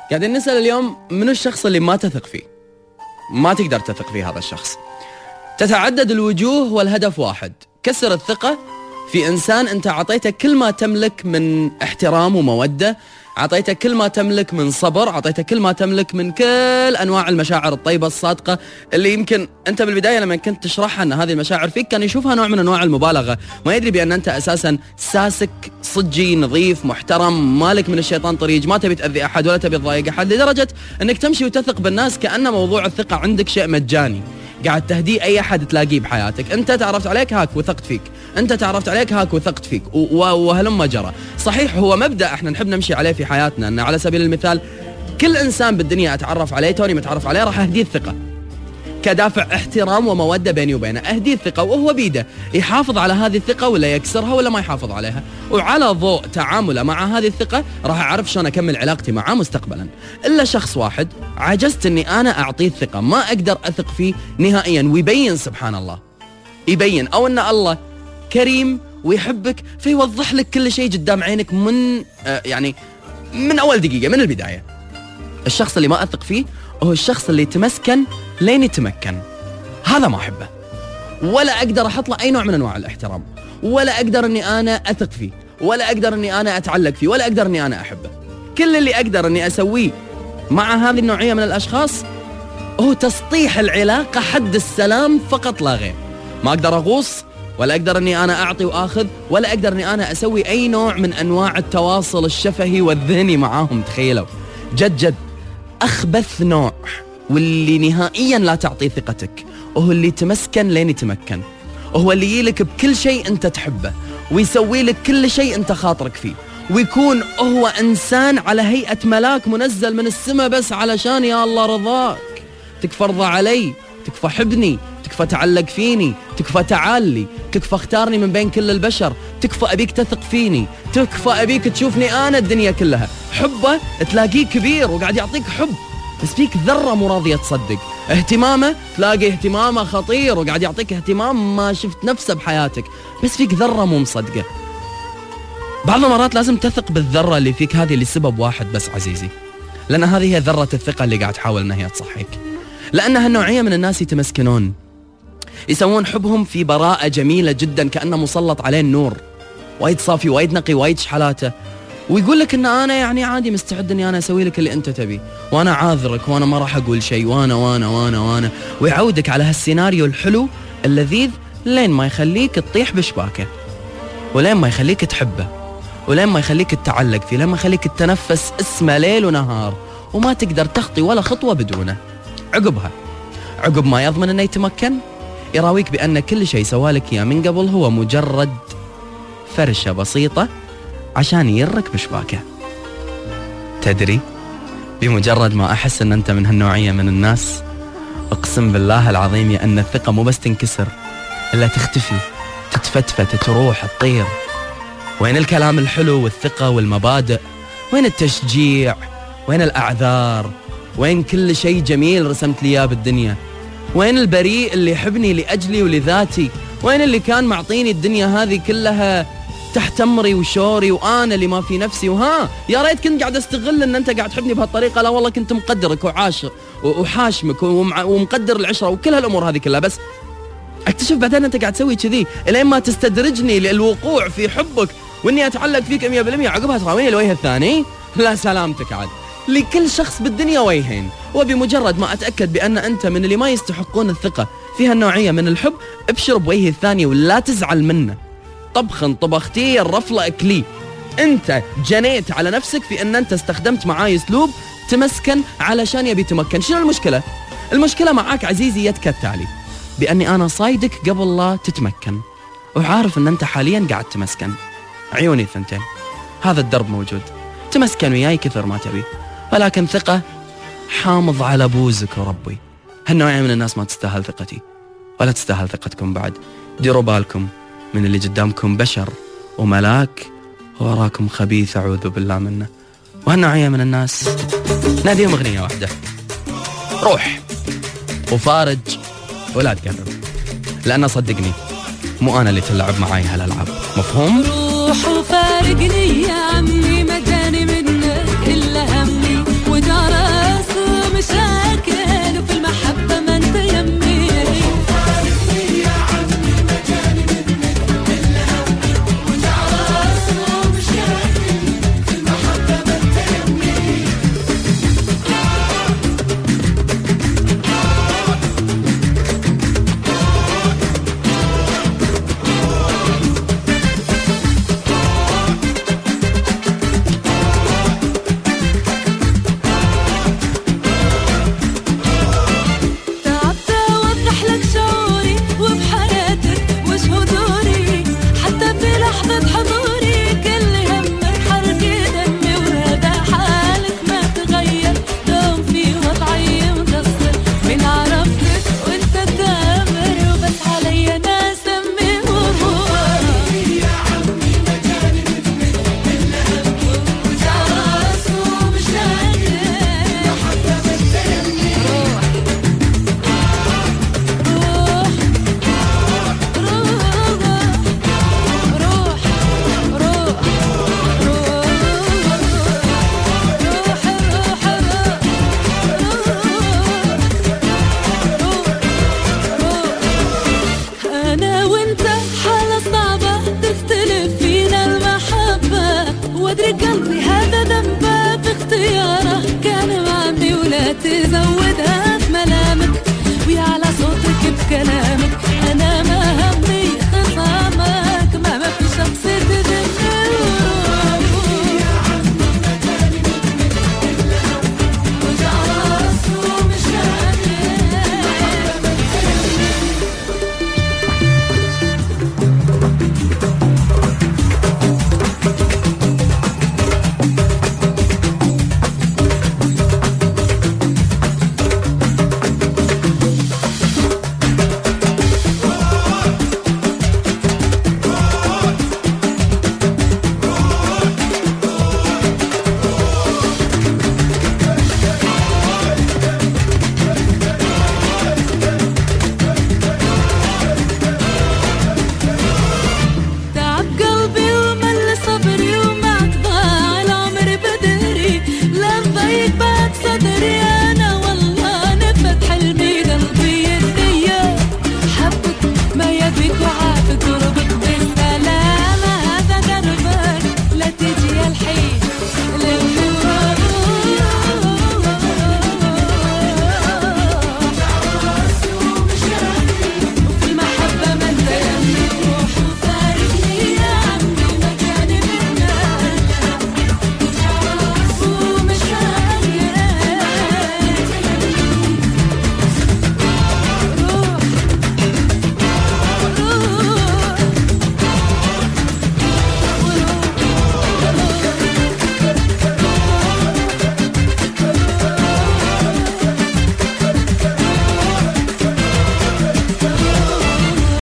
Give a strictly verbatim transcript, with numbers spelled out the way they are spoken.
قاعدين نسأل اليوم منو الشخص اللي ما تثق فيه، ما تقدر تثق فيه هذا الشخص. تتعدد الوجوه والهدف واحد، كسر الثقة في إنسان أنت عطيته كل ما تملك من احترام ومودة، عطيته كل ما تملك من صبر، عطيته كل ما تملك من كل أنواع المشاعر الطيبة الصادقة اللي يمكن أنت بالبداية لما كنت تشرحها أن هذه المشاعر فيك كان يشوفها نوع من أنواع المبالغة، ما يدري بأن أنت أساسا ساسك صجي نظيف محترم مالك من الشيطان طريق، ما تبي تأذي أحد ولا تبي تضايق أحد، لدرجة أنك تمشي وتثق بالناس كأن موضوع الثقة عندك شيء مجاني قاعد تهديه أي أحد تلاقيه بحياتك. أنت تعرفت عليك هاك وثقت فيك، أنت تعرفت عليك هاك وثقت فيك، وهلما جرى. صحيح هو مبدأ احنا نحب نمشي عليه في حياتنا، أن على سبيل المثال كل إنسان بالدنيا أتعرف عليه توني متعرف عليه راح أهديه الثقة كدافع احترام ومودة بيني وبينه، أهديه الثقة وهو بيده يحافظ على هذه الثقة ولا يكسرها ولا ما يحافظ عليها، وعلى ضوء تعامله مع هذه الثقة راح أعرف شلون أكمل علاقتي معه مستقبلا. إلا شخص واحد عجزت أني أنا أعطيه الثقة، ما أقدر أثق فيه نهائيا، ويبين سبحان الله يبين أو أن الله كريم ويحبك فيوضح لك كل شيء قدام عينك من آه يعني من أول دقيقة من البداية. الشخص اللي ما أثق فيه هو الشخص اللي يتمسكن لين يتمكن، هذا ما أحبه، ولا أقدر أحط له أي نوع من أنواع الاحترام، ولا أقدر أني أنا أثق فيه، ولا أقدر أني أنا أتعلق فيه، ولا أقدر أني أنا أحبه. كل اللي أقدر أني أسويه مع هذه النوعية من الأشخاص هو تسطيح العلاقة حد السلام فقط لا غير. ما أقدر أغوص، ولا أقدر أني أنا أعطي وآخذ، ولا أقدر أني أنا أسوي أي نوع من أنواع التواصل الشفهي والذهني معاهم. تخيلوا جد جد أخبث نوع واللي نهائيا لا تعطي ثقتك وهو اللي تمسكن لين يتمكن، وهو اللي يلك بكل شيء أنت تحبه ويسوي لك كل شيء أنت خاطرك فيه، ويكون هو إنسان على هيئة ملاك منزل من السماء بس علشان يا الله رضاك، تكفى ارضى علي، تكفى حبني، تكفى تعلق فيني، تكفى تعالي، تكفى اختارني من بين كل البشر، تكفى أبيك تثق فيني، تكفى أبيك تشوفني أنا الدنيا كلها. حبه تلاقيه كبير وقاعد يعطيك حب بس فيك ذرة مو راضية تصدق، اهتمامه تلاقي اهتمامه خطير وقاعد يعطيك اهتمام ما شفت نفسه بحياتك بس فيك ذرة مو مصدقة. بعض المرات لازم تثق بالذرة اللي فيك هذه لسبب واحد بس عزيزي، لأن هذه هي ذرة الثقة اللي قاعد تحاول أنها هي تصحيك. لأن هالنوعية من الناس يتمسكنون، يسوون حبهم في براءة جميلة جدا كأنه مسلط عليه النور، وايد صافي وايد نقي وايد شحلاته، ويقول لك ان انا يعني عادي مستعد اني انا اسوي لك اللي انت تبي، وانا عاذرك، وانا ما راح اقول شيء، وانا وانا وانا وانا ويعودك على هالسيناريو الحلو اللذيذ لين ما يخليك تطيح بشباكه، ولين ما يخليك تحبه، ولين ما يخليك تتعلق فيه، لين ما يخليك تتنفس اسمه ليل ونهار وما تقدر تخطي ولا خطوة بدونه. عقبها عقب ما يضمن انه يتمكن يراويك بأن كل شيء سوالك إياه من قبل هو مجرد فرشة بسيطة عشان يرك بشباكه. تدري بمجرد ما أحس أن أنت من هالنوعية من الناس أقسم بالله العظيم يا أن الثقة مو بس تنكسر إلا تختفي، تتفتفت، تروح، تطير. وين الكلام الحلو والثقة والمبادئ؟ وين التشجيع؟ وين الأعذار؟ وين كل شيء جميل رسمت لي إياه بالدنيا؟ وين البريء اللي يحبني لأجلي ولذاتي؟ وين اللي كان معطيني الدنيا هذه كلها تحت أمري وشوري وأنا اللي ما في نفسي؟ وها يا ريت كنت قاعد أستغل أن أنت قاعد تحبني بهالطريقة، لا والله كنت مقدرك وعاشق وحاشمك ومقدر العشرة وكل هالأمور هذه كلها، بس اكتشف بعدين أنت قاعد تسوي كذي إلين ما تستدرجني للوقوع في حبك وإني أتعلق فيك مية بالمية. عقبها تراويني الوجه الثاني، لا سلامتك عاد. لكل شخص بالدنيا وجهين، وبمجرد ما أتأكد بأن أنت من اللي ما يستحقون الثقة في هالنوعية من الحب ابشر بوجه الثاني ولا تزعل منه. طبخن طبختي الرفلة أكلي، أنت جنيت على نفسك في أن أنت استخدمت معاي أسلوب تمسكن علشان يبي تمكن. شنو المشكلة؟ المشكلة معاك عزيزي يد كالتالي، بأني أنا صايدك قبل لا تتمكن وعارف أن أنت حاليا قاعد تمسكن. عيوني ثنتين، هذا الدرب موجود، تمسكن وياي كثر ما تبي، ولكن ثقة حامض على بوزك وربي. هالنوعية من الناس ما تستاهل ثقتي ولا تستاهل ثقتكم بعد. ديروا بالكم من اللي قدامكم بشر وملاك وراكم خبيث أعوذ بالله منه. وهالنوعية من الناس ناديهم أغنية واحدة، روح وفارج ولا تقرب، لأن صدقني مو أنا اللي تلعب معاي هالألعاب. مفهوم؟ روح وفارقني يا عمي، ما جاني منك إلا همي وجاني تزودها في ملامك ويعلى صوتك بكلامك.